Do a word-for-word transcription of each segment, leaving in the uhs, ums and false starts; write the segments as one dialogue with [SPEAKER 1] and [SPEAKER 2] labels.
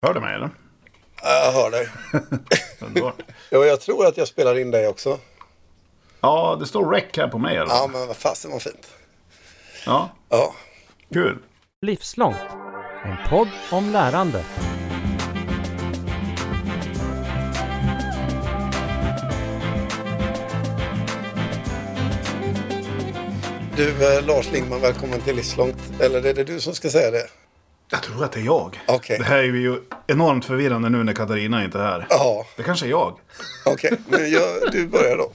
[SPEAKER 1] Hör du mig eller?
[SPEAKER 2] Jag hör dig. Jo, jag tror att jag spelar in dig också.
[SPEAKER 1] Ja, det står rec här på mig eller?
[SPEAKER 2] Ja, men vad fasen var fint.
[SPEAKER 1] Ja.
[SPEAKER 2] Ja.
[SPEAKER 1] Kul.
[SPEAKER 3] Livslångt. En podd om lärande.
[SPEAKER 2] Du, eh, Lars Lingman, välkommen till Livslångt. Eller är det du som ska säga det?
[SPEAKER 1] Jag tror att det är jag.
[SPEAKER 2] Okay.
[SPEAKER 1] Det här är ju enormt förvirrande nu när Katarina inte är här.
[SPEAKER 2] Ja.
[SPEAKER 1] Det kanske är jag.
[SPEAKER 2] Okej, okay. Men jag, du börjar då.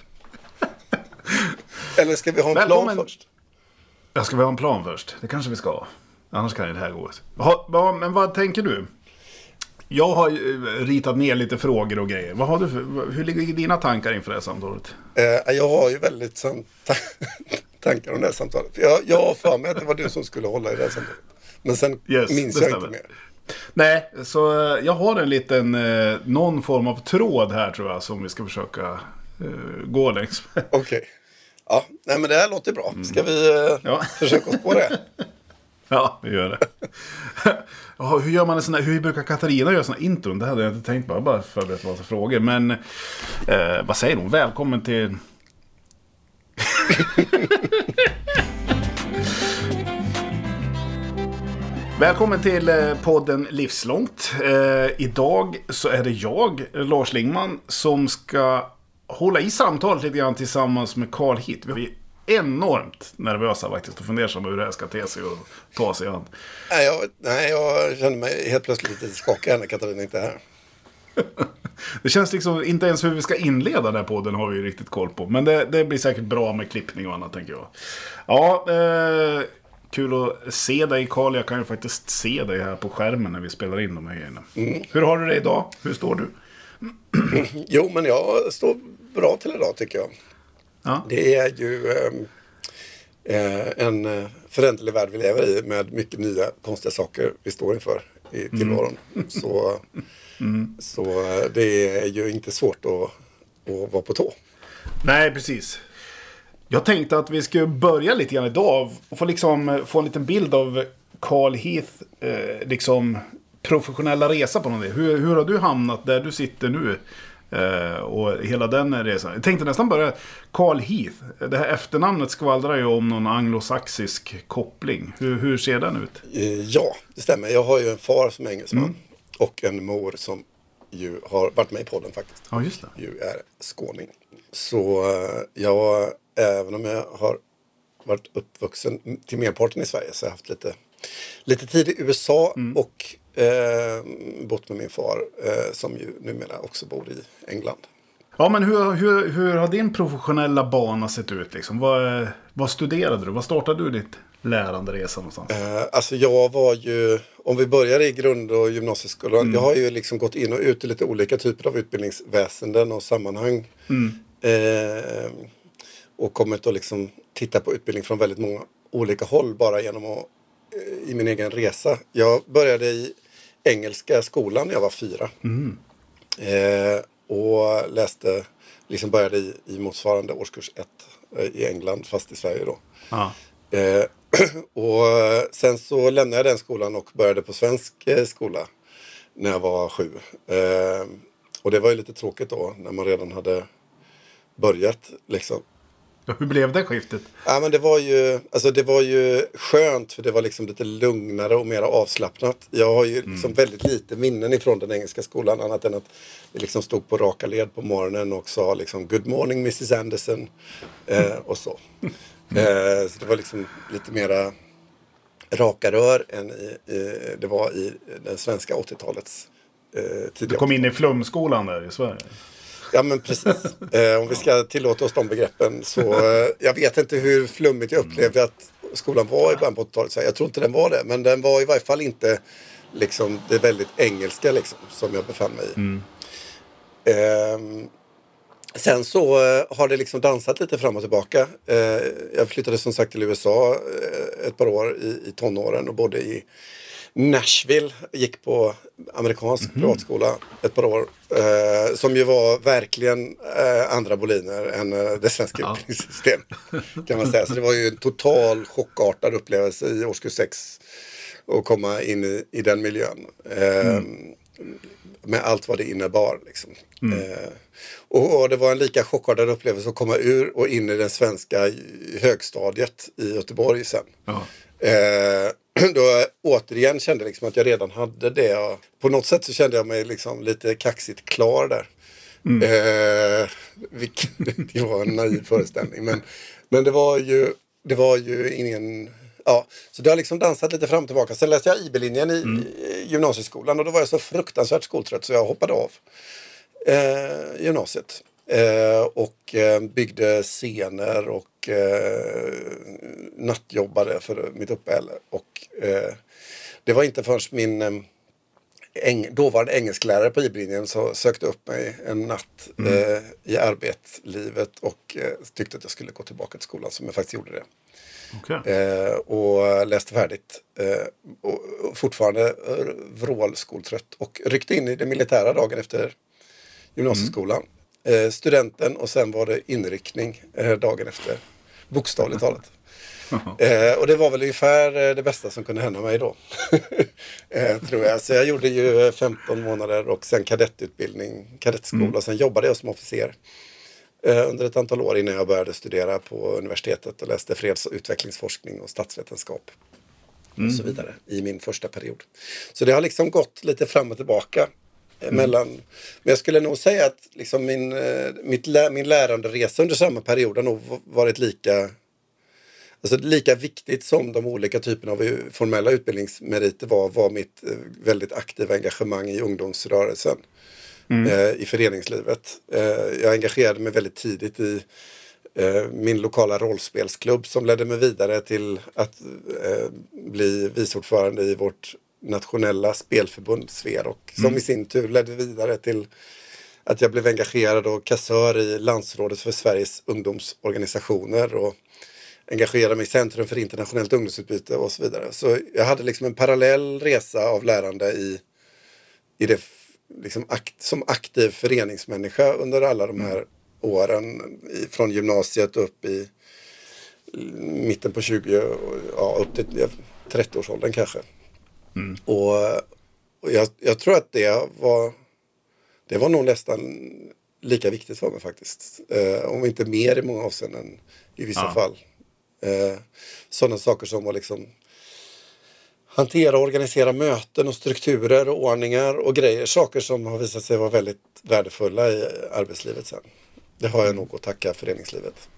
[SPEAKER 2] Eller ska vi ha en
[SPEAKER 1] Välkommen.
[SPEAKER 2] plan först?
[SPEAKER 1] Jag ska vi ha en plan först? Det kanske vi ska. Annars kan det här gå. Ha, men vad tänker du? Jag har ritat ner lite frågor och grejer. Vad har du för, hur ligger dina tankar inför det här samtalet?
[SPEAKER 2] Eh, jag har ju väldigt sam- tankar om det här samtalet. Jag, jag har för mig att det var du som skulle hålla i det här samtalet. Men sen
[SPEAKER 1] yes,
[SPEAKER 2] minns jag inte mer.
[SPEAKER 1] Nej, så jag har en liten, eh, någon form av tråd här tror jag som vi ska försöka eh, gå längs med.
[SPEAKER 2] Okej. Okay. Ja, nej men det här låter bra. Ska vi eh,
[SPEAKER 1] ja.
[SPEAKER 2] försöka oss på det?
[SPEAKER 1] Ja, vi gör det. Ja, hur gör man en sån här, hur brukar Katarina göra såna intron? Det hade jag inte tänkt på, bara förberett massa frågor. Men eh, vad säger hon? Välkommen till... Välkommen till podden Livslångt. Eh, idag så är det jag, Lars Lingman, som ska hålla i samtalet lite grann tillsammans med Carl Heath. Vi är enormt nervösa faktiskt och fundersamma hur det här ska te sig och ta sig an.
[SPEAKER 2] Nej, jag, nej, jag känner mig helt plötsligt lite skakig när Katarina inte är här.
[SPEAKER 1] Det känns liksom, inte ens hur vi ska inleda den här podden har vi ju riktigt koll på. Men det, det blir säkert bra med klippning och annat, tänker jag. Ja, eh, kul att se dig, Carl. Jag kan ju faktiskt se dig här på skärmen när vi spelar in de här grejerna. Mm. Hur har du det idag? Hur står du?
[SPEAKER 2] Jo, men jag står bra till idag, tycker jag. Ja. Det är ju eh, en föränderlig värld vi lever i med mycket nya konstiga saker vi står inför i tillvaron. Mm. Så, mm. så det är ju inte svårt att, att vara på tå.
[SPEAKER 1] Nej, precis. Jag tänkte att vi skulle börja lite grann idag och få, liksom, få en liten bild av Carl Heath eh, liksom professionella resa på något sätt. Hur, hur har du hamnat där du sitter nu? Uh, och hela den resan. Jag tänkte nästan börja Carl Heath. Det här efternamnet skvallrar ju om någon anglosaxisk koppling. Hur, hur ser den ut?
[SPEAKER 2] Uh, ja, det stämmer. Jag har ju en far som är engelsman. Mm. Och en mor som ju har varit med i podden faktiskt.
[SPEAKER 1] Ja, just det.
[SPEAKER 2] Ju är skåning. Så uh, jag, även om jag har varit uppvuxen till merparten i Sverige, så har jag haft lite, lite tid i U S A mm. och Eh, bott med min far eh, som ju numera också bor i England.
[SPEAKER 1] Ja, men hur, hur, hur har din professionella bana sett ut? Liksom? Vad, vad studerade du? Vad startade du ditt lärande-resa någonstans?
[SPEAKER 2] Eh, alltså jag var ju, om vi börjar i grund- och gymnasieskolan, mm. jag har ju liksom gått in och ut i lite olika typer av utbildningsväsenden och sammanhang. Mm. Eh, och kommit att liksom titta på utbildning från väldigt många olika håll bara genom att i min egen resa. Jag började i engelska skolan när jag var fyra. Mm. Eh, och läste, liksom började i, i motsvarande årskurs ett eh, i England, fast i Sverige då. Ah. Eh, och sen så lämnade jag den skolan och började på svensk eh, skola när jag var sju. Eh, och det var ju lite tråkigt då, när man redan hade börjat liksom.
[SPEAKER 1] Hur blev det skiftet?
[SPEAKER 2] Ja, men det var ju, alltså det var ju skönt, för det var liksom lite lugnare och mer avslappnat. Jag har ju liksom mm. väldigt lite minnen ifrån den engelska skolan, annat än att det liksom stod på raka led på morgonen och sa liksom good morning missus Anderson eh, och så. Mm. Eh, så det var liksom lite mera raka rör än i, i, det var i den svenska åttiotalets eh, tidigare.
[SPEAKER 1] Du kom in i flumskolan där i Sverige?
[SPEAKER 2] Ja, men precis. Eh, om vi ska tillåta oss de begreppen så eh, jag vet inte hur flummigt jag upplevde att skolan var i början på åttiotalet. Jag tror inte den var det, men den var i varje fall inte liksom det väldigt engelska liksom, som jag befann mig i. Mm. Eh, sen så eh, har det liksom dansat lite fram och tillbaka. Eh, jag flyttade som sagt till U S A eh, ett par år i, i tonåren och bodde i Nashville, gick på amerikansk mm-hmm. privatskola ett par år. Eh, som ju var verkligen eh, andra boliner än eh, det svenska ja. utbildningssystem. Kan man säga. Så det var ju en total chockartad upplevelse i årskurs sex. Och komma in i, i den miljön. Eh, mm. med allt vad det innebar. Liksom. Mm. Eh, och, och det var en lika chockartad upplevelse att komma ur och in i den svenska högstadiet i Göteborg sen. Ja. Eh, då återigen kände liksom att jag redan hade det. Och på något sätt så kände jag mig liksom lite kaxigt klar där. Mm. Eh, vilket, det var en naiv föreställning. Men, men det var ju, det var ju ingen... Ja, så det har liksom dansat lite fram och tillbaka. Sen läste jag I B-linjen i, mm. i gymnasieskolan och då var jag så fruktansvärt skoltrött så jag hoppade av eh, gymnasiet. Eh, och eh, byggde scener och eh, nattjobbade för mitt uppehälle. Och eh, det var inte förrän min eh, eng, dåvarande engelsklärare på I B-linjen så sökte upp mig en natt mm. eh, i arbetslivet och eh, tyckte att jag skulle gå tillbaka till skolan som jag faktiskt gjorde det. Okay. Eh, och läste färdigt eh, och, och fortfarande vrålskoltrött och ryckte in i det militära dagen efter gymnasieskolan. Mm. Eh, studenten och sen var det inryckning eh, dagen efter, bokstavligt talat. eh, och det var väl ungefär det bästa som kunde hända mig då. eh, tror jag. Så jag gjorde ju femton månader och sen kadettutbildning, kadettskola mm. och sen jobbade jag som officer under ett antal år innan jag började studera på universitetet och läste freds- och utvecklingsforskning och statsvetenskap mm. och så vidare i min första period. Så det har liksom gått lite fram och tillbaka mm. mellan, men jag skulle nog säga att liksom min, mitt lä, min läranderesa under samma period har nog varit lika, alltså lika viktigt som de olika typerna av formella utbildningsmeriter var, var mitt väldigt aktiva engagemang i ungdomsrörelsen. Mm. Eh, i föreningslivet. Eh, jag engagerade mig väldigt tidigt i eh, min lokala rollspelsklubb som ledde mig vidare till att eh, bli viceordförande i vårt nationella spelförbund Sverok som mm. i sin tur ledde vidare till att jag blev engagerad och kassör i landsrådet för Sveriges ungdomsorganisationer och engagerade mig i Centrum för internationellt ungdomsutbyte och så vidare. Så jag hade liksom en parallell resa av lärande i, i det liksom akt, som aktiv föreningsmänniska under alla de här mm. åren i, från gymnasiet upp i mitten på tjugo, ja, upp till trettio-årsåldern kanske. Mm. Och, och jag, jag tror att det var det var nog nästan lika viktigt för mig faktiskt. Eh, om inte mer i många avseenden i vissa ja. fall. Eh, sådana saker som att liksom hantera och organisera möten och strukturer och ordningar och grejer. Saker som har visat sig vara väldigt värdefulla i arbetslivet sen. Det har jag nog att tacka föreningslivet.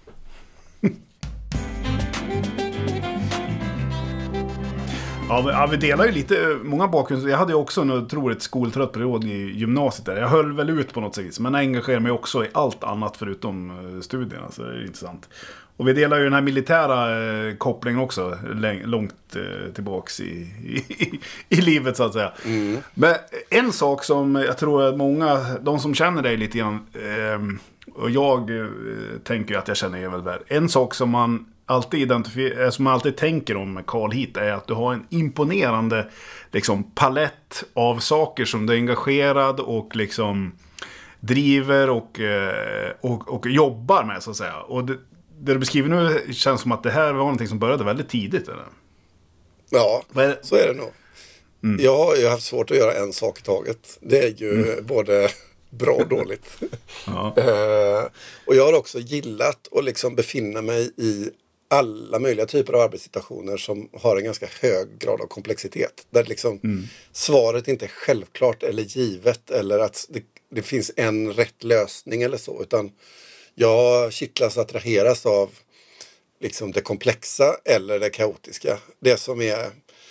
[SPEAKER 1] Ja, vi delar ju lite många bakgrund. Jag hade ju också en otroligt skoltrött period i gymnasiet där. Jag höll väl ut på något sätt. Men jag engagerade mig också i allt annat förutom studierna. Så det är intressant. Och vi delar ju den här militära eh, kopplingen också läng- långt eh, tillbaks i, i, i livet så att säga. Mm. Men en sak som jag tror att många, de som känner dig lite grann, eh, och jag eh, tänker ju att jag känner dig väldigt väl. En sak som man alltid identifierar, som man alltid tänker om Carl Heath är att du har en imponerande liksom, palett av saker som du är engagerad och liksom driver och, eh, och, och jobbar med så att säga. Och det, det du beskriver nu känns som att det här var någonting som började väldigt tidigt, eller?
[SPEAKER 2] Ja, är så är det nog. Mm. Jag har ju haft svårt att göra en sak i taget. Det är ju mm. både bra och dåligt. Ja. uh, och jag har också gillat att liksom befinna mig i alla möjliga typer av arbetssituationer som har en ganska hög grad av komplexitet. Där liksom mm. svaret inte är självklart eller givet eller att det, det finns en rätt lösning eller så, utan jag kittlas och attraheras av liksom det komplexa eller det kaotiska. Det som är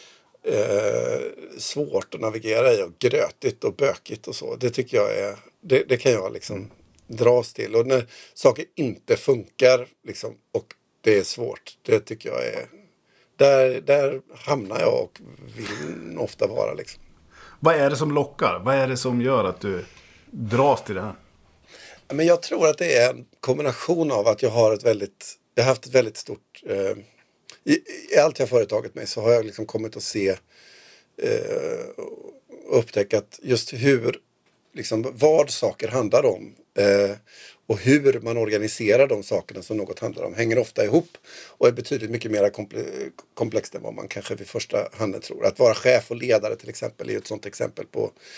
[SPEAKER 2] eh, svårt att navigera i och grötigt och bökigt och så. Det tycker jag är, det, det kan jag liksom dras till. Och när saker inte funkar liksom, och det är svårt, det tycker jag är, där, där hamnar jag och vill ofta vara liksom.
[SPEAKER 1] Vad är det som lockar? Vad är det som gör att du dras till det här?
[SPEAKER 2] Men jag tror att det är en kombination av att jag har ett väldigt, jag har haft ett väldigt stort, eh, i, i allt jag har företagit mig så har jag liksom kommit att se eh, och upptäcka att just hur, liksom vad saker handlar om eh, och hur man organiserar de sakerna som något handlar om hänger ofta ihop och är betydligt mycket mer komple- komplext än vad man kanske vid första handen tror. Att vara chef och ledare till exempel är ett sånt exempel på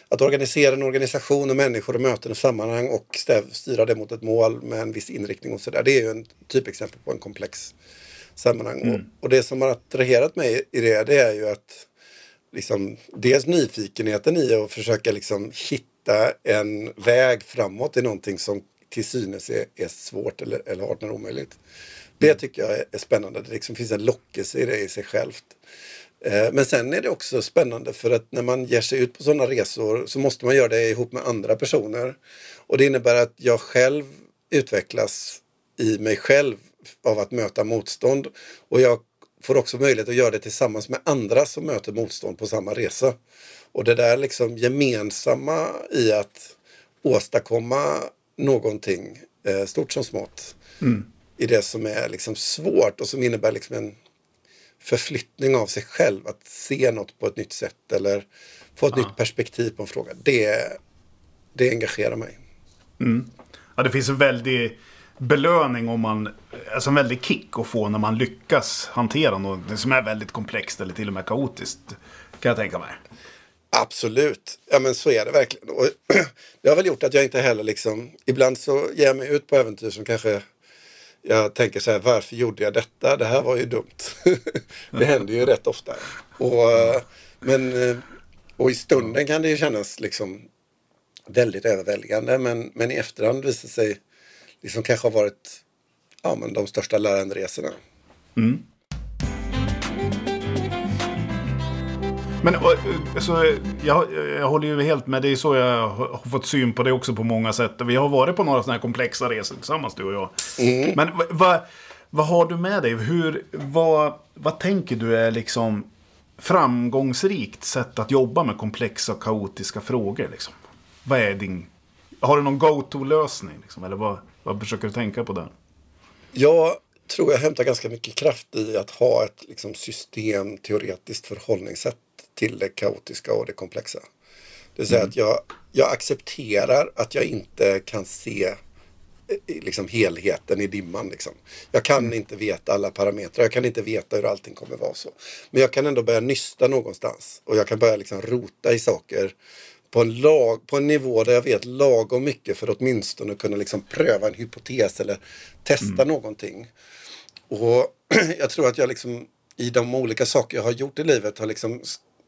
[SPEAKER 2] att organisera en organisation och människor och möten och sammanhang och stäv, styra det mot ett mål med en viss inriktning och sådär. Det är ju en typexempel på en komplex sammanhang. Mm. Och, och det som har attraherat mig i det, det är ju att liksom, dels nyfikenheten i att försöka liksom hitta en väg framåt i någonting som till synes är, är svårt eller, eller hart när omöjligt. Det tycker jag är, är spännande. Det liksom finns en lockelse i det i sig självt. Eh, men sen är det också spännande för att när man ger sig ut på sådana resor så måste man göra det ihop med andra personer. Och det innebär att jag själv utvecklas i mig själv av att möta motstånd. Och jag får också möjlighet att göra det tillsammans med andra som möter motstånd på samma resa. Och det där liksom gemensamma i att åstadkomma någonting eh, stort som smått. Mm. I det som är liksom svårt och som innebär liksom en förflyttning av sig själv. Att se något på ett nytt sätt eller få ett ah. nytt perspektiv på en fråga. Det, det engagerar mig.
[SPEAKER 1] Mm. Ja, det finns en väldig belöning om man, alltså en väldig kick att få när man lyckas hantera något som är väldigt komplext eller till och med kaotiskt, kan jag tänka mig.
[SPEAKER 2] Absolut. Ja, men så är det verkligen. Och det har väl gjort att jag inte heller liksom, ibland så ger jag mig ut på äventyr som kanske jag tänker så här, varför gjorde jag detta? Det här var ju dumt. Det händer ju rätt ofta. Och, men, och i stunden kan det ju kännas liksom väldigt överväldigande. Men, men i efterhand visar sig liksom kanske ha varit ja, men de största läranderesorna.
[SPEAKER 1] Mm. Men alltså, jag, jag håller ju helt med. Det är så jag har fått syn på det också på många sätt. Vi har varit på några sådana här komplexa resor tillsammans, du och jag. Mm. Men vad, vad har du med dig? Hur, vad, vad tänker du är liksom framgångsrikt sätt att jobba med komplexa och kaotiska frågor? Liksom? Vad är din... Har du någon go-to-lösning? Liksom? Eller vad, vad försöker du tänka på där?
[SPEAKER 2] Jag tror jag hämtar ganska mycket kraft i att ha ett liksom, systemteoretiskt förhållningssätt till det kaotiska och det komplexa. Det vill säga mm. att jag, jag accepterar att jag inte kan se liksom, helheten i dimman. Liksom. Jag kan mm. inte veta alla parametrar. Jag kan inte veta hur allting kommer vara så. Men jag kan ändå börja nysta någonstans. Och jag kan börja liksom, rota i saker på en, lag, på en nivå där jag vet lagom mycket för att åtminstone kunna liksom, pröva en hypotes eller testa mm. någonting. Och jag tror att jag liksom, i de olika saker jag har gjort i livet har liksom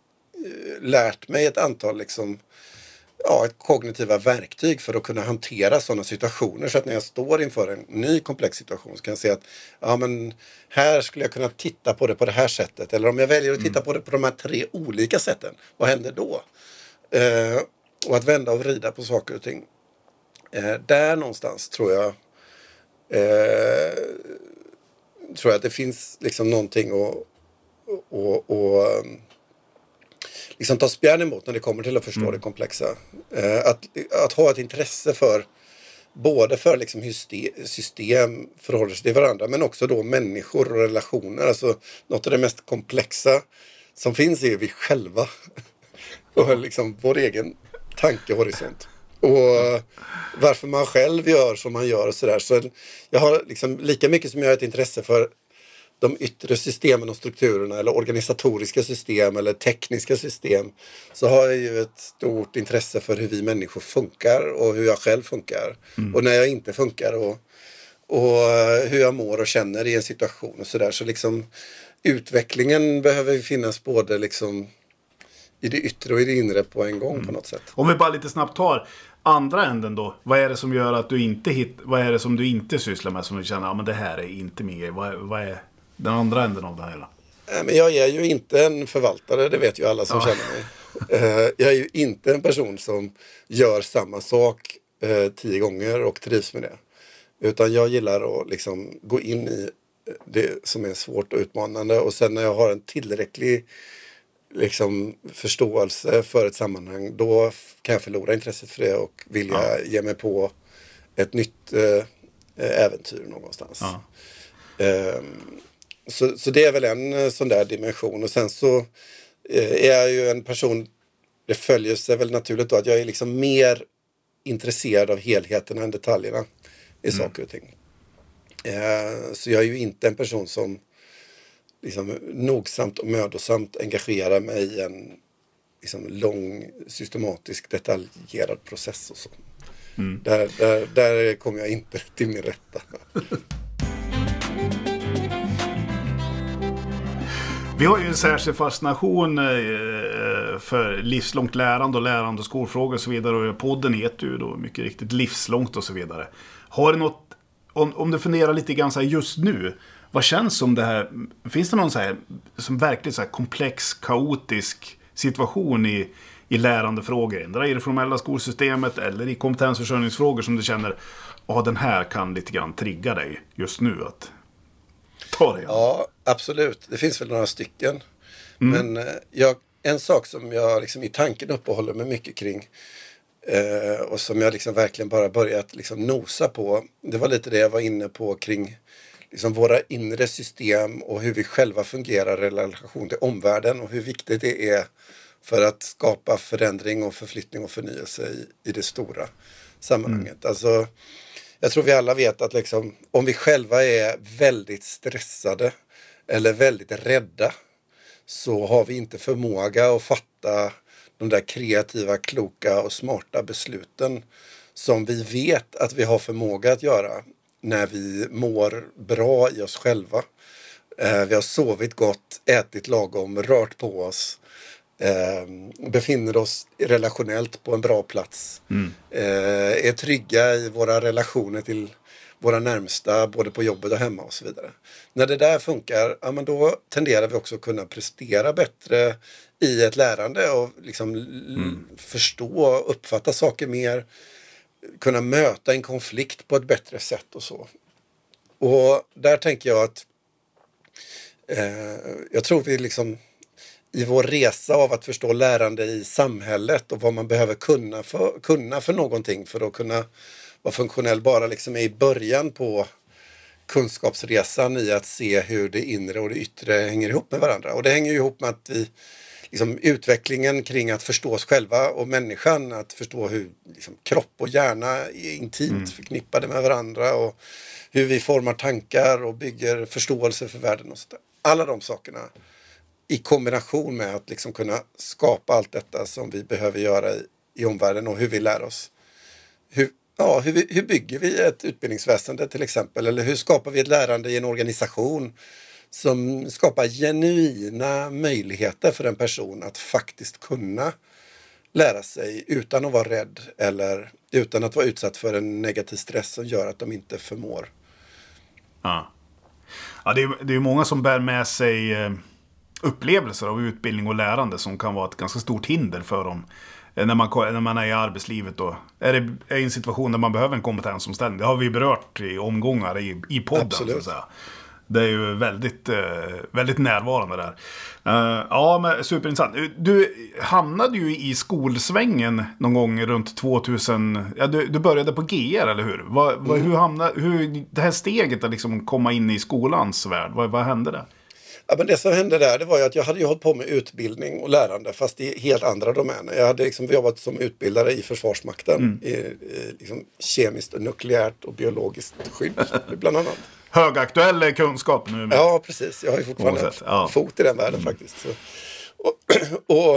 [SPEAKER 2] lärt mig ett antal liksom, ja, ett kognitiva verktyg för att kunna hantera sådana situationer. Så att när jag står inför en ny komplex situation så kan jag se att ja, men här skulle jag kunna titta på det på det här sättet. Eller om jag väljer att titta mm. på det på de här tre olika sätten, vad händer då? Eh, och att vända och vrida på saker och ting. Eh, där någonstans tror jag eh, tror jag att det finns liksom någonting att och, och, liksom ta spjärn emot när det kommer till att förstå mm. det komplexa. Eh, att, att ha ett intresse för både för liksom hur system förhåller sig till varandra men också då människor och relationer. Alltså något av det mest komplexa som finns är vi själva. Och liksom vår egen tankehorisont. Och varför man själv gör som man gör och sådär. Så jag har liksom lika mycket som jag har ett intresse för de yttre systemen och strukturerna eller organisatoriska system eller tekniska system, så har jag ju ett stort intresse för hur vi människor funkar och hur jag själv funkar. Mm. Och när jag inte funkar och, och hur jag mår och känner i en situation och sådär. Så liksom utvecklingen behöver finnas både liksom i det yttre och i det inre på en gång mm. på något sätt.
[SPEAKER 1] Om vi bara lite snabbt tar andra änden då. Vad är det som gör att du inte hit, vad är det som du inte sysslar med som du känner, ja men det här är inte med. Vad, vad är den andra änden av det hela?
[SPEAKER 2] Nej, men jag är ju inte en förvaltare, det vet ju alla som ja. känner mig. Jag är ju inte en person som gör samma sak tio gånger och trivs med det. Utan jag gillar att liksom gå in i det som är svårt och utmanande. Och sen när jag har en tillräcklig liksom, förståelse för ett sammanhang, då kan jag förlora intresset för det och vilja ja. ge mig på ett nytt äh, äventyr någonstans. Ja. Um, så, så det är väl en sån där dimension. Och sen så eh, är jag ju en person, det följer sig väl naturligt då att jag är liksom mer intresserad av helheten än detaljerna i mm. saker och ting. Eh, så jag är ju inte en person som liksom nogsamt och mödosamt engagerar mig i en liksom lång, systematisk, detaljerad process och så. Mm. Där, där, där kommer jag inte till min rätta.
[SPEAKER 1] Vi har ju en särskild fascination för livslångt lärande och lärande och skolfrågor och så vidare. Och podden heter ju då mycket riktigt livslångt och så vidare. Har du något, om, om du funderar lite grann så här just nu, vad känns som det här, finns det någon så här som verkligen så här komplex, kaotisk situation i, i lärandefrågor, ändra i det formella skolsystemet eller i kompetensförsörjningsfrågor som du känner, ja, den här kan lite grann trigga dig just nu att ta det?
[SPEAKER 2] Ja, absolut. Det finns väl några stycken. Mm. Men jag, en sak som jag liksom i tanken uppehåller mig mycket kring eh, och som jag liksom verkligen bara börjat liksom nosa på, det var lite det jag var inne på kring liksom våra inre system och hur vi själva fungerar i relation till omvärlden och hur viktigt det är för att skapa förändring och förflyttning och förnyelse i, i det stora sammanhanget. Mm. Alltså, jag tror vi alla vet att liksom, om vi själva är väldigt stressade eller väldigt rädda så har vi inte förmåga att fatta de där kreativa, kloka och smarta besluten som vi vet att vi har förmåga att göra när vi mår bra i oss själva. Eh, vi har sovit gott, ätit lagom, rört på oss. Eh, befinner oss relationellt på en bra plats. Mm. Eh, är trygga i våra relationer till våra närmsta, både på jobbet och hemma och så vidare. När det där funkar, ja, men då tenderar vi också att kunna prestera bättre i ett lärande och liksom mm. förstå och uppfatta saker mer, kunna möta en konflikt på ett bättre sätt och så. Och där tänker jag att eh, jag tror vi liksom i vår resa av att förstå lärande i samhället och vad man behöver kunna för, kunna för någonting för att kunna vara funktionell bara liksom i början på kunskapsresan i att se hur det inre och det yttre hänger ihop med varandra. Och det hänger ju ihop med att vi, liksom, utvecklingen kring att förstå oss själva och människan, att förstå hur liksom, kropp och hjärna är intimt mm. förknippade med varandra och hur vi formar tankar och bygger förståelse för världen och sådär. Alla de sakerna i kombination med att liksom kunna skapa allt detta som vi behöver göra i, i omvärlden och hur vi lär oss. Hur, ja, hur, vi, hur bygger vi ett utbildningsväsende till exempel? Eller hur skapar vi ett lärande i en organisation som skapar genuina möjligheter för en person att faktiskt kunna lära sig utan att vara rädd eller utan att vara utsatt för en negativ stress som gör att de inte förmår.
[SPEAKER 1] Ja, ja det är, det är många som bär med sig upplevelser av utbildning och lärande som kan vara ett ganska stort hinder för dem när man, när man är i arbetslivet. Då är det är en situation där man behöver en kompetensomställning. Det har vi berört i omgångar i, i podden. Så att säga. Det är ju väldigt, väldigt närvarande där. Ja, men superintressant. Du hamnade ju i skolsvängen någon gång runt tvåtusen. Ja, du, du började på G R, eller hur? Vad, vad, hur hamnade, hur, det här steget att liksom komma in i skolans värld, vad, vad hände där?
[SPEAKER 2] Ja, men det som hände där, det var ju att jag hade ju hållit på med utbildning och lärande fast i helt andra domäner. Jag hade liksom jobbat som utbildare i Försvarsmakten mm. i, i liksom kemiskt, nukleärt och biologiskt skydd bland annat.
[SPEAKER 1] Högaktuell kunskap nu. Med.
[SPEAKER 2] Ja, precis. Jag har ju fortfarande en ja. fot i den världen mm. faktiskt. Så. Och, och,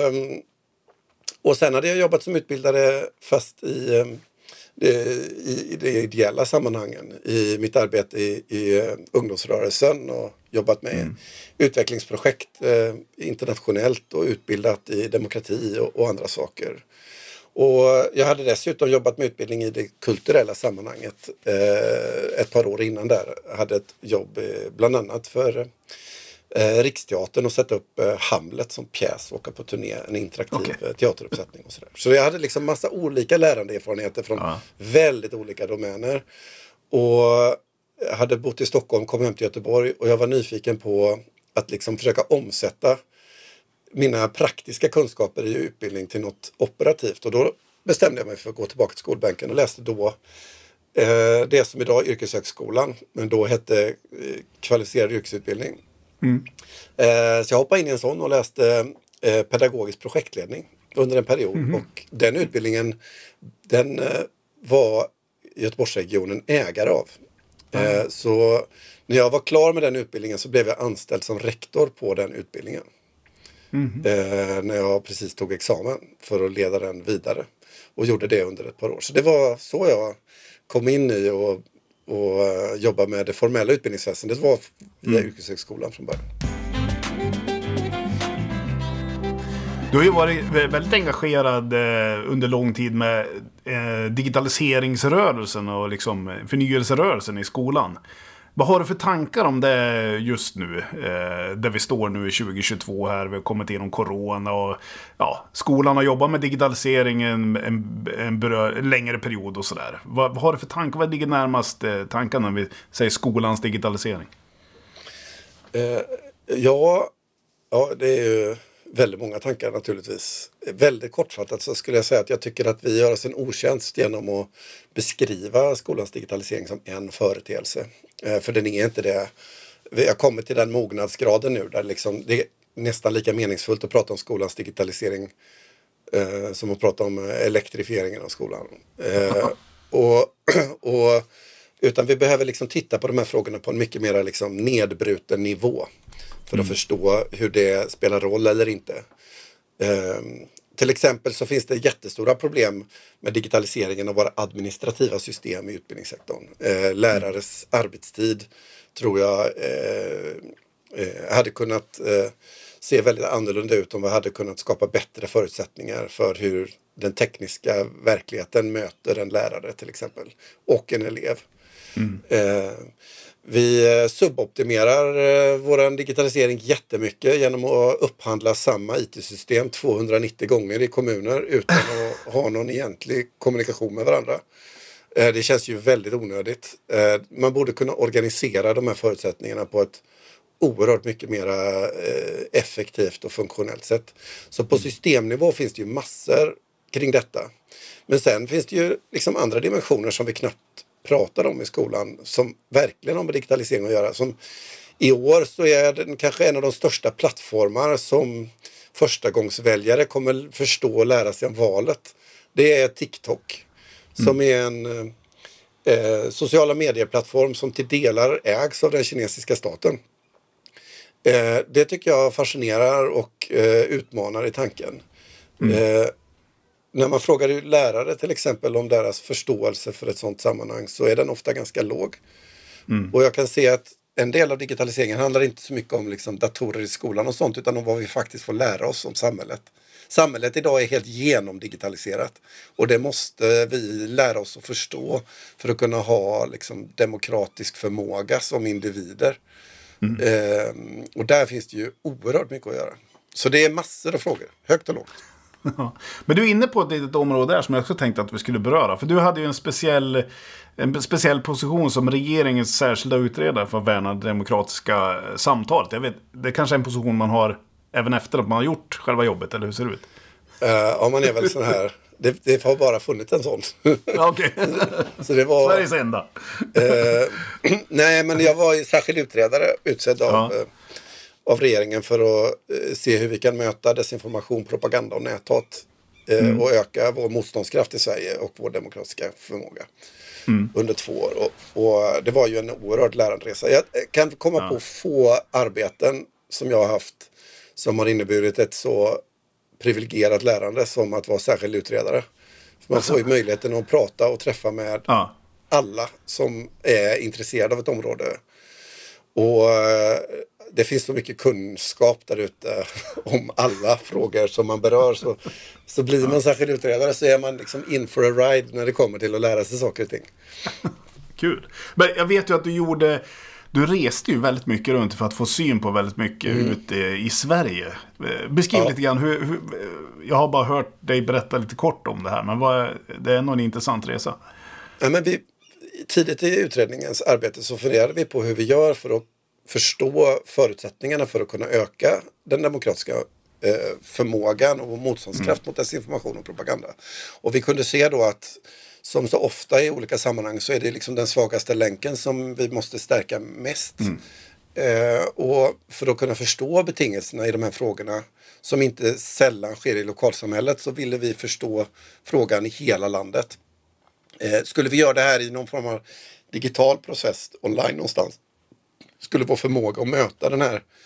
[SPEAKER 2] och sen hade jag jobbat som utbildare fast i, i, i det ideella sammanhangen. I mitt arbete i, i ungdomsrörelsen och jobbat med mm. utvecklingsprojekt eh, internationellt och utbildat i demokrati och, och andra saker. Och jag hade dessutom jobbat med utbildning i det kulturella sammanhanget eh, ett par år innan där. Jag hade ett jobb eh, bland annat för eh, Riksteatern och sätta upp eh, Hamlet som pjäs och åka på turné, en interaktiv okay. teateruppsättning och sådär. Så jag hade liksom massa olika lärandeerfarenheter från ja. väldigt olika domäner. Och jag hade bott i Stockholm, kom hem till Göteborg och jag var nyfiken på att liksom försöka omsätta mina praktiska kunskaper i utbildning till något operativt. Och då bestämde jag mig för att gå tillbaka till skolbänken och läste då eh, det som idag är yrkeshögskolan, men då hette eh, kvalificerad yrkesutbildning. Mm. Eh, så jag hoppade in i en sån och läste eh, pedagogisk projektledning under en period. Mm. Och den utbildningen, den eh, var Göteborgsregionen ägare av. Mm. Eh, så när jag var klar med den utbildningen så blev jag anställd som rektor på den utbildningen. Mm. Eh, när jag precis tog examen för att leda den vidare. Och gjorde det under ett par år. Så det var så jag kom in i och, och uh, jobba med det formella utbildningsväsendet. Det var via mm. yrkeshögskolan från början.
[SPEAKER 1] Du har ju varit väldigt engagerad eh, under lång tid med eh, digitaliseringsrörelsen och liksom förnyelserörelsen i skolan. Vad har du för tankar om det just nu? Eh, där vi står nu i tjugo tjugotvå här. Vi har kommit igenom corona och ja, skolan har jobbat med digitaliseringen en, en, berör, en längre period och sådär. Vad, vad har du för tankar? Vad ligger närmast eh, tankarna när vi säger skolans digitalisering?
[SPEAKER 2] Eh, ja, ja, det är ju väldigt många tankar naturligtvis. Väldigt kortfattat så skulle jag säga att jag tycker att vi gör oss en otjänst genom att beskriva skolans digitalisering som en företeelse. Eh, för den är inte det. Vi har kommit till den mognadsgraden nu där liksom det är nästan lika meningsfullt att prata om skolans digitalisering eh, som att prata om elektrifieringen av skolan. Eh, och, och, utan vi behöver liksom titta på de här frågorna på en mycket mer liksom nedbruten nivå. För att mm. förstå hur det spelar roll eller inte. Eh, till exempel så finns det jättestora problem med digitaliseringen av våra administrativa system i utbildningssektorn. Eh, lärares mm. arbetstid tror jag eh, eh, hade kunnat eh, se väldigt annorlunda ut om vi hade kunnat skapa bättre förutsättningar för hur den tekniska verkligheten möter en lärare till exempel. Och en elev. Mm. Eh, Vi suboptimerar vår digitalisering jättemycket genom att upphandla samma I T-system tvåhundranittio gånger i kommuner utan att ha någon egentlig kommunikation med varandra. Det känns ju väldigt onödigt. Man borde kunna organisera de här förutsättningarna på ett oerhört mycket mer effektivt och funktionellt sätt. Så på systemnivå finns det ju massor kring detta. Men sen finns det ju liksom andra dimensioner som vi knappt pratar om i skolan som verkligen har med digitalisering att göra. Som i år så är den kanske en av de största plattformar som förstagångsväljare kommer förstå och lära sig om valet. Det är TikTok mm. som är en eh, sociala medieplattform som till delar ägs av den kinesiska staten. Eh, det tycker jag fascinerar och eh, utmanar i tanken. Mm. Eh, När man frågar lärare till exempel om deras förståelse för ett sådant sammanhang så är den ofta ganska låg. Mm. Och jag kan se att en del av digitaliseringen handlar inte så mycket om liksom datorer i skolan och sånt utan om vad vi faktiskt får lära oss om samhället. Samhället idag är helt genomdigitaliserat och det måste vi lära oss att förstå för att kunna ha liksom demokratisk förmåga som individer. Mm. Ehm, och där finns det ju oerhört mycket att göra. Så det är massor av frågor, högt och lågt.
[SPEAKER 1] Men du är inne på ett litet område där som jag också tänkte att vi skulle beröra. För du hade ju en speciell, en speciell position som regeringens särskilda utredare för att värna det demokratiska samtalet. Jag vet, det är kanske är en position man har även efter att man har gjort själva jobbet, eller hur ser det ut?
[SPEAKER 2] Uh, ja, man är väl sån här. Det, det har bara funnits en sån.
[SPEAKER 1] Okej.
[SPEAKER 2] Så det var
[SPEAKER 1] Sveriges enda.
[SPEAKER 2] uh, nej, men jag var ju särskild utredare utsedd av... Ja. Uh, av regeringen för att eh, se hur vi kan möta desinformation, propaganda och näthat eh, mm. och öka vår motståndskraft i Sverige och vår demokratiska förmåga mm. under två år. Och, och det var ju en oerhört lärande resa. Jag kan komma ja. på få arbeten som jag har haft som har inneburit ett så privilegierat lärande som att vara särskild utredare. För man får ju möjligheten att prata och träffa med ja. alla som är intresserade av ett område. Och det finns så mycket kunskap där ute om alla frågor som man berör. Så, så blir man särskild utredare så är man liksom in for a ride när det kommer till att lära sig saker och ting.
[SPEAKER 1] Kul. Men jag vet ju att du gjorde... Du reste ju väldigt mycket runt för att få syn på väldigt mycket mm. ute i Sverige. Beskriv ja. lite grann. Hur, hur, jag har bara hört dig berätta lite kort om det här. Men vad, det är nog en intressant resa.
[SPEAKER 2] Ja, men vi, tidigt i utredningens arbete så funderade vi på hur vi gör för att förstå förutsättningarna för att kunna öka den demokratiska eh, förmågan och motståndskraft mm. mot desinformation och propaganda. Och vi kunde se då att som så ofta i olika sammanhang så är det liksom den svagaste länken som vi måste stärka mest. Mm. Eh, och för att kunna förstå betingelserna i de här frågorna som inte sällan sker i lokalsamhället så ville vi förstå frågan i hela landet. Eh, skulle vi göra det här i någon form av digital process online någonstans skulle vår förmåga att möta den här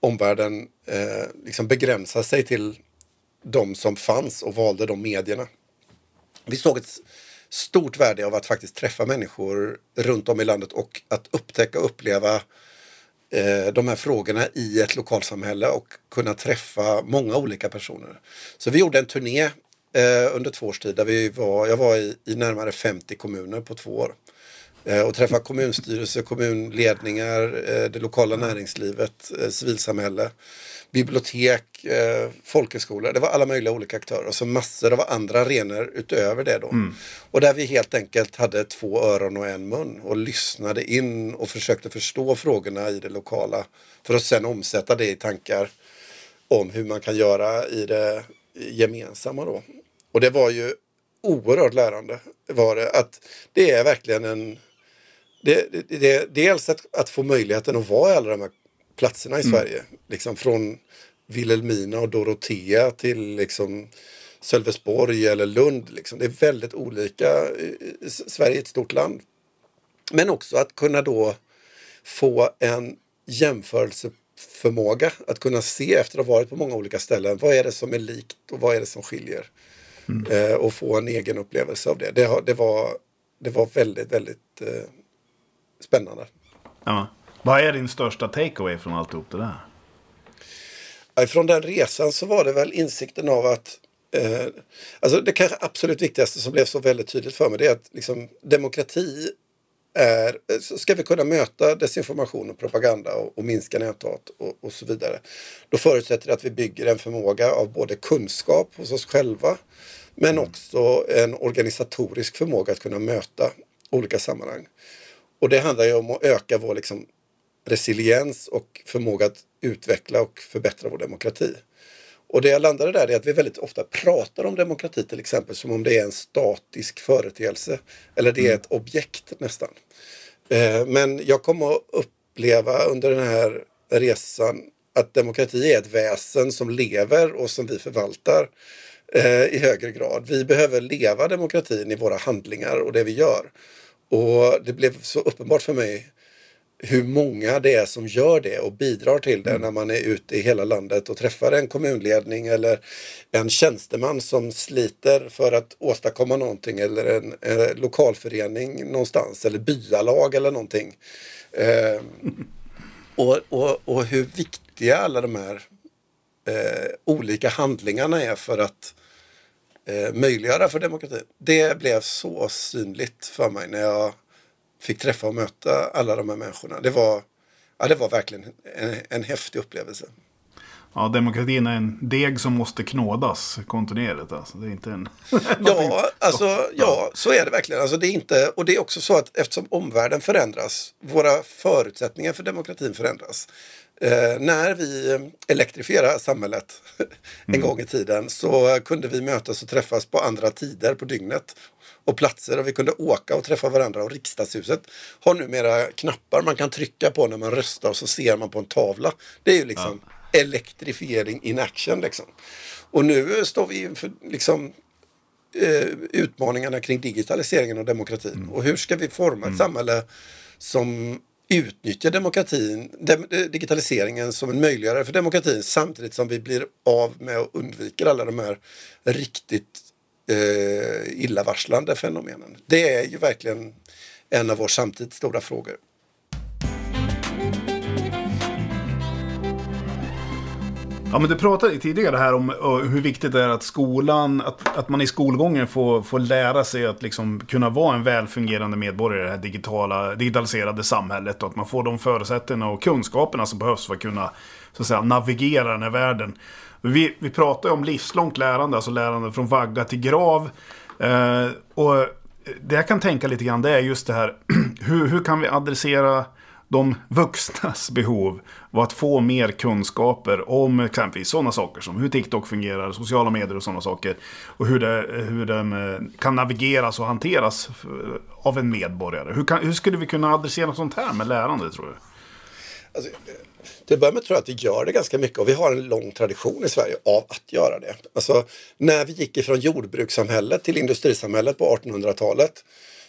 [SPEAKER 2] omvärlden eh, liksom begränsade sig till de som fanns och valde de medierna. Vi såg ett stort värde av att faktiskt träffa människor runt om i landet och att upptäcka och uppleva eh, de här frågorna i ett lokalsamhälle och kunna träffa många olika personer. Så vi gjorde en turné eh, under två års tid där vi var, jag var i, i närmare femtio kommuner på två år. Eh, och träffa kommunstyrelse, kommunledningar, eh, det lokala näringslivet, eh, civilsamhälle, bibliotek, eh, folkhögskolor. Det var alla möjliga olika aktörer och så massor av andra arenor utöver det då. Mm. Och där vi helt enkelt hade två öron och en mun och lyssnade in och försökte förstå frågorna i det lokala för att sedan omsätta det i tankar om hur man kan göra i det gemensamma då. Och det var ju oerhört lärande var det. Att det är verkligen en... Det, det, det, dels att, att få möjligheten att vara i alla de här platserna i mm. Sverige. Liksom från Vilhelmina och Dorotea till liksom Sölvesborg eller Lund. Liksom. Det är väldigt olika. Sverige är ett stort land. Men också att kunna då få en jämförelseförmåga. Att kunna se efter att ha varit på många olika ställen. Vad är det som är likt och vad är det som skiljer? Mm. Eh, och få en egen upplevelse av det. Det, det, var, det var väldigt, väldigt eh, spännande.
[SPEAKER 1] Ja. Vad är din största takeaway från alltihop det där?
[SPEAKER 2] Ja, från den resan så var det väl insikten av att eh, alltså det kanske absolut viktigaste som blev så väldigt tydligt för mig det är att liksom, demokrati är, ska vi kunna möta desinformation och propaganda och, och minska näthat och, och så vidare. Då förutsätter det att vi bygger en förmåga av både kunskap hos oss själva men också en organisatorisk förmåga att kunna möta olika sammanhang. Och det handlar ju om att öka vår liksom, resiliens och förmåga att utveckla och förbättra vår demokrati. Och det jag landade där är att vi väldigt ofta pratar om demokrati till exempel som om det är en statisk företeelse. Eller det är ett objekt nästan. Eh, men jag kommer att uppleva under den här resan att demokrati är ett väsen som lever och som vi förvaltar eh, i högre grad. Vi behöver leva demokratin i våra handlingar och det vi gör. Och det blev så uppenbart för mig hur många det är som gör det och bidrar till det mm. när man är ute i hela landet och träffar en kommunledning eller en tjänsteman som sliter för att åstadkomma någonting eller en eh, lokalförening någonstans eller byalag eller någonting. Eh, och, och, och hur viktiga alla de här eh, olika handlingarna är för att eh, möjliggöra för demokrati. Det blev så synligt för mig när jag fick träffa och möta alla de här människorna. Det var, ja, det var verkligen en, en häftig upplevelse.
[SPEAKER 1] Ja, demokratin är en deg som måste knådas kontinuerligt. Alltså. Det är inte en...
[SPEAKER 2] ja, alltså, ja, så är det verkligen. Alltså, det är inte, och det är också så att eftersom omvärlden förändras, våra förutsättningar för demokratin förändras. Eh, när vi elektrifierade samhället en mm. gång i tiden så kunde vi mötas och träffas på andra tider på dygnet och platser och vi kunde åka och träffa varandra och riksdagshuset har numera knappar man kan trycka på när man röstar och så ser man på en tavla. Det är ju liksom ja. elektrifiering in action liksom. Och nu står vi inför liksom eh, utmaningarna kring digitaliseringen och demokratin. Mm. Och hur ska vi forma mm. ett samhälle som utnyttjar demokratin, dem, digitaliseringen som en möjliggörare för demokratin samtidigt som vi blir av med och undviker alla de här riktigt eh, illavarslande fenomenen. Det är ju verkligen en av vår samtids stora frågor.
[SPEAKER 1] Ja, men du pratade tidigare här om uh, hur viktigt det är att skolan, att, att man i skolgången får, får lära sig att liksom kunna vara en välfungerande medborgare i det här digitala, digitaliserade samhället och att man får de förutsättningarna och kunskaperna som behövs för att kunna så att säga, navigera den här världen. Vi, vi pratar ju om livslångt lärande, alltså lärande från vagga till grav. Uh, och det jag kan tänka lite grann det är just det här, hur, hur kan vi adressera de vuxnas behov var att få mer kunskaper om exempelvis sådana saker som hur TikTok fungerar, sociala medier och sådana saker och hur, det, hur den kan navigeras och hanteras av en medborgare. Hur, kan, hur skulle vi kunna adressera sånt här med lärande, tror du?
[SPEAKER 2] Alltså, till att börja med tror jag att vi gör det ganska mycket och vi har en lång tradition i Sverige av att göra det. Alltså, när vi gick ifrån jordbrukssamhället till industrisamhället på artonhundratalet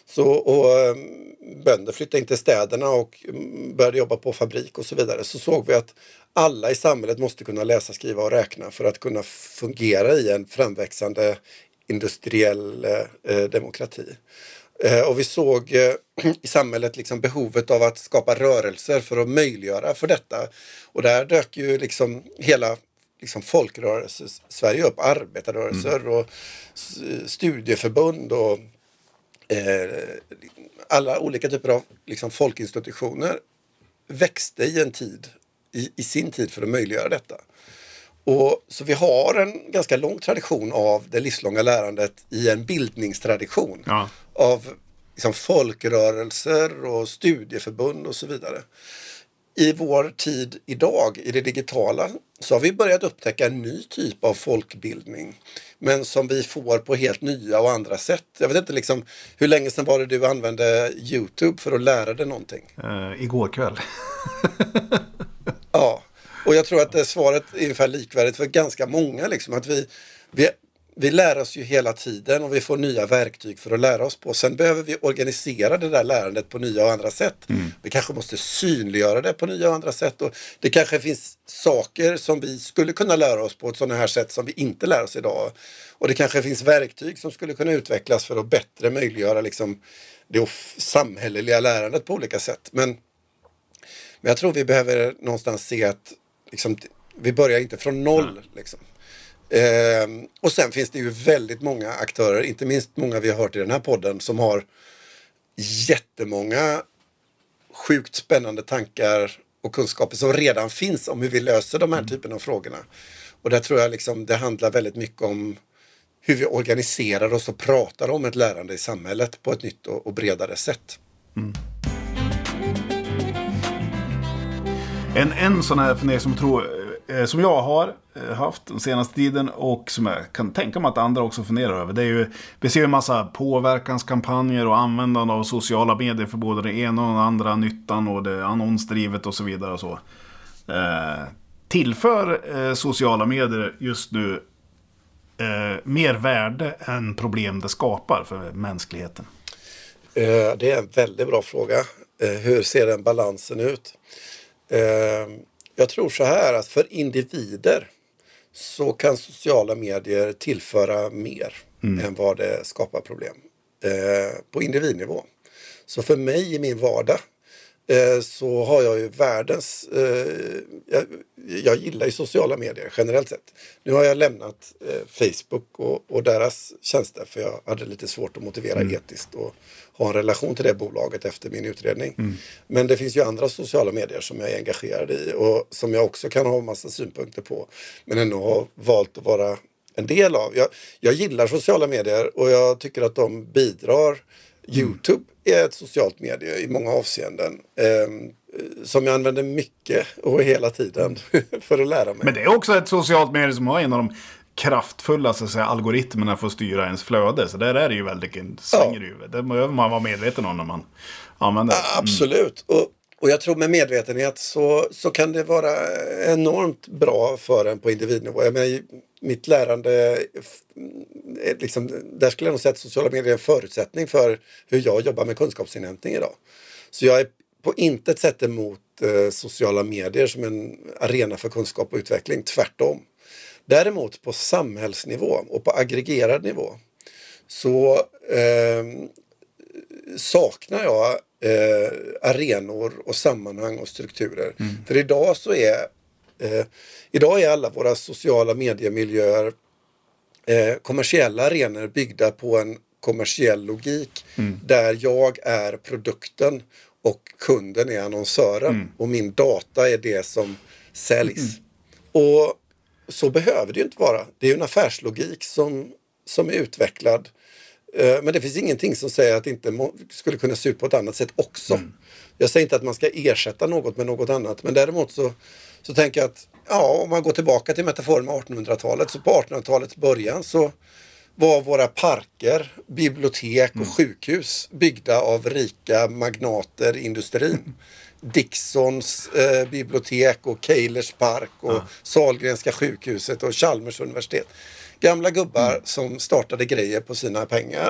[SPEAKER 2] Så, och eh, bönder flyttade in till städerna och började jobba på fabrik och så vidare. Så såg vi att alla i samhället måste kunna läsa, skriva och räkna för att kunna fungera i en framväxande industriell eh, demokrati. Eh, och vi såg eh, i samhället liksom behovet av att skapa rörelser för att möjliggöra för detta. Och där dök ju liksom hela liksom folkrörelser, Sverige upp, arbetarrörelser mm. och studieförbund och eh, alla olika typer av liksom folkinstitutioner växte i en tid, i, i sin tid för att möjliggöra detta. Och så vi har en ganska lång tradition av det livslånga lärandet i en bildningstradition
[SPEAKER 1] ja.
[SPEAKER 2] av liksom folkrörelser och studieförbund och så vidare. I vår tid idag, i det digitala, så har vi börjat upptäcka en ny typ av folkbildning. Men som vi får på helt nya och andra sätt. Jag vet inte liksom, hur länge sedan var det du använde YouTube för att lära dig någonting?
[SPEAKER 1] Uh, igår kväll.
[SPEAKER 2] Ja, och jag tror att det svaret är ungefär likvärdigt för ganska många. Liksom, att vi, vi, vi lär oss ju hela tiden och vi får nya verktyg för att lära oss på. Sen behöver vi organisera det där lärandet på nya och andra sätt. Mm. Vi kanske måste synliggöra det på nya och andra sätt. Och det kanske finns saker som vi skulle kunna lära oss på ett sådant här sätt som vi inte lär oss idag. Och det kanske finns verktyg som skulle kunna utvecklas för att bättre möjliggöra liksom det samhälleliga lärandet på olika sätt. Men, men jag tror vi behöver någonstans se att liksom, vi börjar inte från noll. Mm. Liksom. Eh, och sen finns det ju väldigt många aktörer, inte minst många vi har hört i den här podden, som har jättemånga sjukt spännande tankar och kunskaper som redan finns om hur vi löser de här mm. typen av frågorna. Och där tror jag liksom det handlar väldigt mycket om hur vi organiserar oss och pratar om ett lärande i samhället på ett nytt och, och bredare sätt.
[SPEAKER 1] Mm. En, en sån här fundering som, tror, eh, som jag har eh, haft den senaste tiden och som jag kan tänka mig att andra också funderar över. Det är ju, vi ser ju en massa påverkanskampanjer och användande av sociala medier för både det ena och den andra nyttan och det annonsdrivet och så vidare och så. Eh, tillför eh, sociala medier just nu eh, mer värde än problem det skapar för mänskligheten?
[SPEAKER 2] Eh, det är en väldigt bra fråga. Eh, hur ser den balansen ut? Jag tror så här att för individer så kan sociala medier tillföra mer mm. än vad det skapar problem på individnivå. Så för mig i min vardag så har jag ju världens... Jag, jag gillar ju sociala medier generellt sett. Nu har jag lämnat Facebook och, och deras tjänster för jag hade lite svårt att motivera mm. etiskt och ha en relation till det bolaget efter min utredning. Mm. Men det finns ju andra sociala medier som jag är engagerad i och som jag också kan ha en massa synpunkter på. Men ändå har valt att vara en del av. Jag, jag gillar sociala medier och jag tycker att de bidrar. Mm. YouTube är ett socialt medie i många avseenden. Eh, som jag använder mycket och hela tiden för att lära mig.
[SPEAKER 1] Men det är också ett socialt medie som har en av de kraftfulla så att säga, algoritmerna för att styra ens flöde. Så där är det ju väldigt svänger ju. Ja. Det behöver man vara medveten om när man använder det.
[SPEAKER 2] Ja, absolut. Och, och jag tror med medvetenhet så, så kan det vara enormt bra för en på individnivå. Jag menar, mitt lärande, liksom, där skulle jag nog säga att sociala medier är en förutsättning för hur jag jobbar med kunskapsinhämtning idag. Så jag är på intet sätt emot eh, sociala medier som en arena för kunskap och utveckling. Tvärtom. Däremot på samhällsnivå och på aggregerad nivå så eh, saknar jag eh, arenor och sammanhang och strukturer. Mm. För idag så är eh, idag är alla våra sociala mediemiljöer eh, kommersiella arenor byggda på en kommersiell logik mm. där jag är produkten och kunden är annonsören mm. och min data är det som säljs. Mm. Och så behöver det ju inte vara. Det är ju en affärslogik som, som är utvecklad. Eh, men det finns ingenting som säger att det inte må, skulle kunna se ut på ett annat sätt också. Mm. Jag säger inte att man ska ersätta något med något annat. Men däremot så, så tänker jag att ja, om man går tillbaka till metaforen med artonhundratalet. Så på artonhundratalets början så var våra parker, bibliotek och mm. sjukhus byggda av rika magnater i industrin. Mm. Dixons eh, bibliotek och Keilers park och ja. Sahlgrenska sjukhuset och Chalmers universitet. Gamla gubbar mm. som startade grejer på sina pengar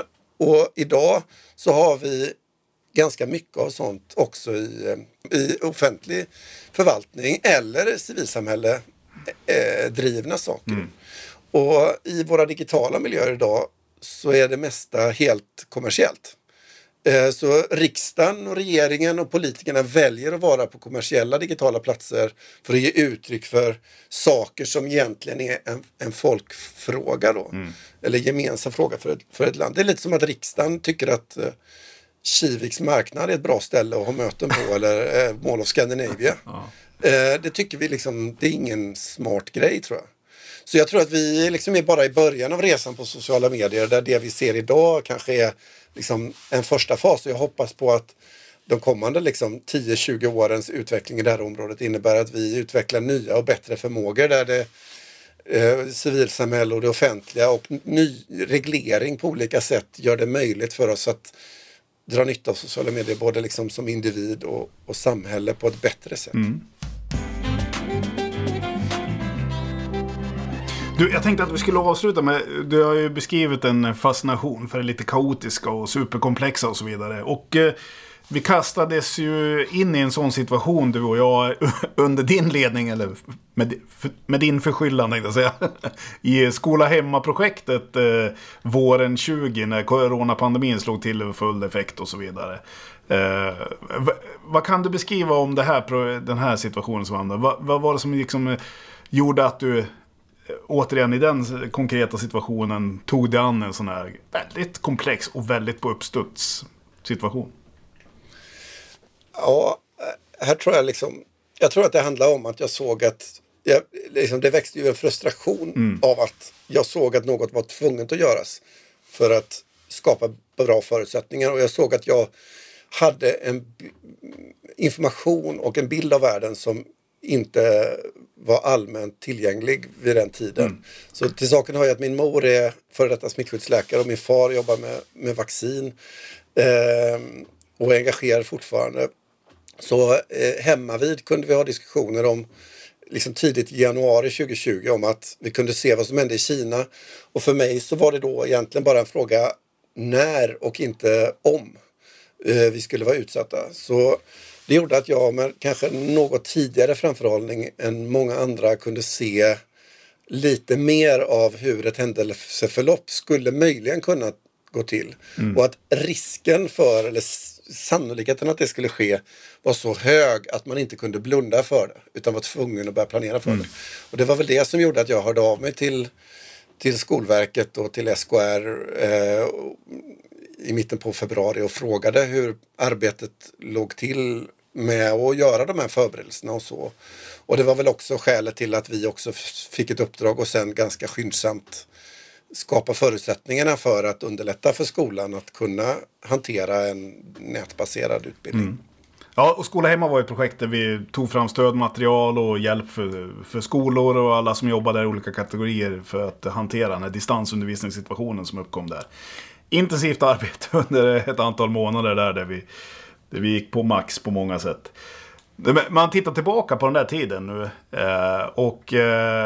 [SPEAKER 2] Och idag så har vi ganska mycket av sånt också i, i offentlig förvaltning eller civilsamhälle eh, drivna saker. Mm. Och i våra digitala miljöer idag så är det mesta helt kommersiellt. Eh, så riksdagen och regeringen och politikerna väljer att vara på kommersiella digitala platser för att ge uttryck för saker som egentligen är en, en folkfråga då. Mm. Eller gemensam fråga för ett, för ett land. Det är lite som att riksdagen tycker att eh, Kiviks marknad är ett bra ställe att ha möten på eller eh, Mall of Scandinavia. Ja. Eh, det tycker vi liksom, det är ingen smart grej tror jag. Så jag tror att vi liksom är bara i början av resan på sociala medier där det vi ser idag kanske är liksom en första fas. Och jag hoppas på att de kommande liksom tio till tjugo årens utveckling i det här området innebär att vi utvecklar nya och bättre förmågor där det eh, civilsamhälle och det offentliga och ny reglering på olika sätt gör det möjligt för oss att dra nytta av sociala medier både liksom som individ och, och samhälle på ett bättre sätt. Mm.
[SPEAKER 1] Du, jag tänkte att vi skulle avsluta med, du har ju beskrivit en fascination för det lite kaotiska och superkomplexa och så vidare. Och eh, vi kastades ju in i en sån situation, du och jag, under din ledning, eller med, med din förskyllan tänkte jag säga, i Skola Hemma-projektet eh, våren tjugo när coronapandemin slog till över full effekt och så vidare. Eh, v- vad kan du beskriva om det här, den här situationen som hamnade? Va, vad var det som liksom gjorde att du återigen i den konkreta situationen tog det an en sån här väldigt komplex och väldigt på uppstuds situation?
[SPEAKER 2] Ja, här tror jag liksom, jag tror att det handlar om att jag såg att jag, liksom, det växte ju en frustration mm. av att jag såg att något var tvunget att göras för att skapa bra förutsättningar, och jag såg att jag hade en information och en bild av världen som inte var allmänt tillgänglig vid den tiden. Mm. Så till saken har jag att min mor är före detta smittskyddsläkare och min far jobbar med, med vaccin eh, och är engagerad fortfarande. Så eh, hemma vid kunde vi ha diskussioner om liksom tidigt i januari tjugo tjugo om att vi kunde se vad som hände i Kina, och för mig så var det då egentligen bara en fråga när och inte om eh, vi skulle vara utsatta. Så det gjorde att jag med kanske något tidigare framförhållning än många andra kunde se lite mer av hur ett händelseförlopp skulle möjligen kunna gå till. Mm. Och att risken för, eller sannolikheten att det skulle ske var så hög att man inte kunde blunda för det utan var tvungen att börja planera för mm. det. Och det var väl det som gjorde att jag hörde av mig till, till Skolverket och till S K R eh, i mitten på februari och frågade hur arbetet låg till med att göra de här förberedelserna och så. Och det var väl också skälet till att vi också fick ett uppdrag och sen ganska skyndsamt skapa förutsättningarna för att underlätta för skolan att kunna hantera en nätbaserad utbildning. Mm.
[SPEAKER 1] Ja, och Skola Hemma var ett projekt där vi tog fram stödmaterial och hjälp för, för skolor och alla som jobbar där i olika kategorier för att hantera den här distansundervisningssituationen som uppkom där. Intensivt arbete under ett antal månader där, där vi, där vi gick på max på många sätt. Man tittar tillbaka på den där tiden nu eh, och, eh,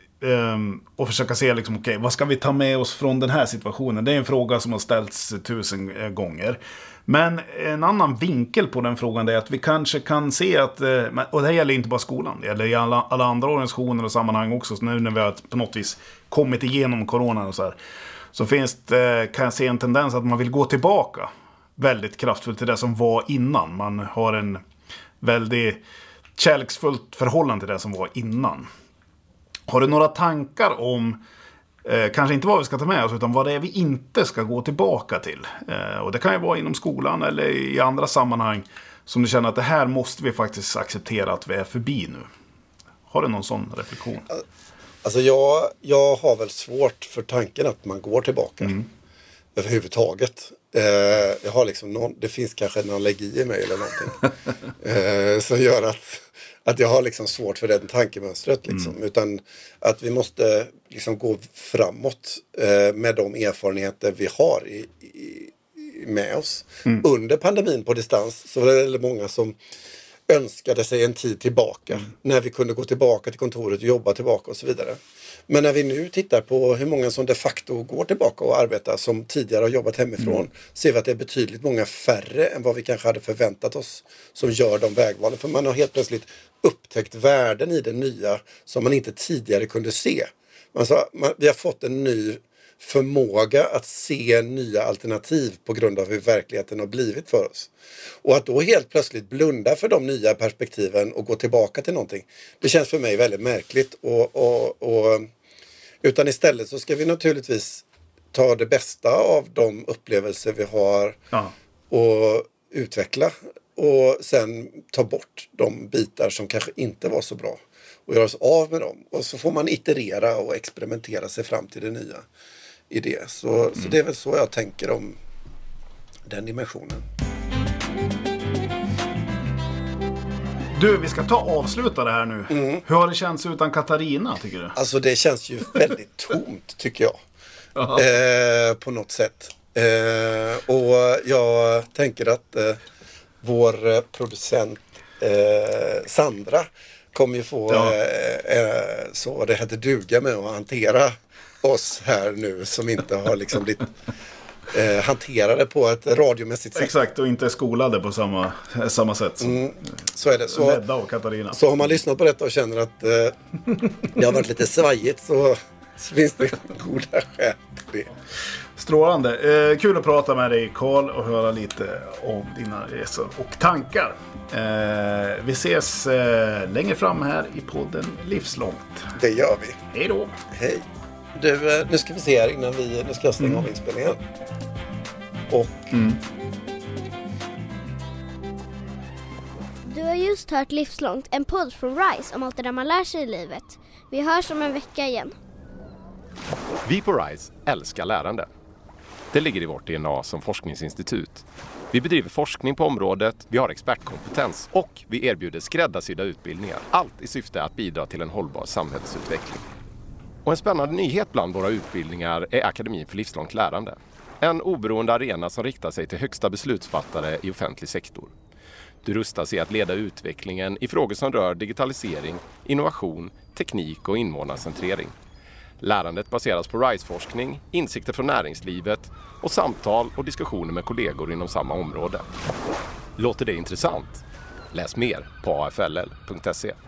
[SPEAKER 1] och försöka se liksom, okay, vad ska vi ta med oss från den här situationen? Det är en fråga som har ställts tusen gånger. Men en annan vinkel på den frågan är att vi kanske kan se att, och det här gäller inte bara skolan, det gäller i alla, alla andra organisationer och sammanhang också, så nu när vi har på något vis kommit igenom coronan och så här, så finns det, kan jag se en tendens att man vill gå tillbaka väldigt kraftfullt till det som var innan. Man har en väldigt kärleksfullt förhållande till det som var innan. Har du några tankar om eh, kanske inte vad vi ska ta med oss utan vad det är vi inte ska gå tillbaka till? Eh, och det kan ju vara inom skolan eller i andra sammanhang som du känner att det här måste vi faktiskt acceptera att vi är förbi nu. Har du någon sån reflektion?
[SPEAKER 2] Alltså jag, jag har väl svårt för tanken att man går tillbaka mm. överhuvudtaget. Eh, jag har liksom någon, det finns kanske en allergi i mig eller någonting eh, som gör att, att jag har liksom svårt för det tankemönstret liksom. Mm. Utan att vi måste liksom gå framåt eh, med de erfarenheter vi har i, i, med oss. Mm. Under pandemin på distans så var det många som önskade sig en tid tillbaka. Mm. När vi kunde gå tillbaka till kontoret och jobba tillbaka och så vidare. Men när vi nu tittar på hur många som de facto går tillbaka och arbetar som tidigare har jobbat hemifrån, mm. ser vi att det är betydligt många färre än vad vi kanske hade förväntat oss som gör de vägvalen. För man har helt plötsligt upptäckt värden i det nya som man inte tidigare kunde se. Alltså, man, vi har fått en ny förmåga att se nya alternativ på grund av hur verkligheten har blivit för oss. Och att då helt plötsligt blunda för de nya perspektiven och gå tillbaka till någonting, det känns för mig väldigt märkligt. Och, och, och, utan istället så ska vi naturligtvis ta det bästa av de upplevelser vi har ja. och utveckla. Och sen ta bort de bitar som kanske inte var så bra och göra oss av med dem. Och så får man iterera och experimentera sig fram till det nya i det. Så, mm. så det är väl så jag tänker om den dimensionen.
[SPEAKER 1] Du, vi ska ta och avsluta det här nu. Mm. Hur har det känts utan Katarina, tycker du?
[SPEAKER 2] Alltså det känns ju väldigt tomt, tycker jag. eh, på något sätt. Eh, och jag tänker att eh, vår producent eh, Sandra kommer ju få ja. eh, så det hade duga med att hantera oss här nu som inte har liksom blivit eh, hanterade på ett radiomässigt sätt.
[SPEAKER 1] Exakt, och inte skolade på samma, samma sätt.
[SPEAKER 2] Mm, så är det. Så,
[SPEAKER 1] Ledda och Katarina.
[SPEAKER 2] Så har man lyssnat på detta och känner att eh, det har varit lite svajigt så, så finns det goda skäl till det.
[SPEAKER 1] Strålande. Eh, kul att prata med dig, Carl, och höra lite om dina resor och tankar. Eh, vi ses eh, längre fram här i podden Livslångt.
[SPEAKER 2] Det gör vi.
[SPEAKER 1] Hej då.
[SPEAKER 2] Hej. Du, nu ska vi se här innan vi nu ska jag stänga mm. av inspelningen. Och... Mm.
[SPEAKER 4] Du har just hört Livslångt, en podd från RISE om allt det där man lär sig i livet. Vi hörs om en vecka igen.
[SPEAKER 5] Vi på RISE älskar lärande. Det ligger i vårt D N A som forskningsinstitut. Vi bedriver forskning på området, vi har expertkompetens och vi erbjuder skräddarsydda utbildningar. Allt i syfte att bidra till en hållbar samhällsutveckling. Och en spännande nyhet bland våra utbildningar är Akademin för livslångt lärande. En oberoende arena som riktar sig till högsta beslutsfattare i offentlig sektor. Du rustas i att leda utvecklingen i frågor som rör digitalisering, innovation, teknik och invånarcentrering. Lärandet baseras på RISE-forskning, insikter från näringslivet och samtal och diskussioner med kollegor inom samma område. Låter det intressant? Läs mer på a f l l punkt se.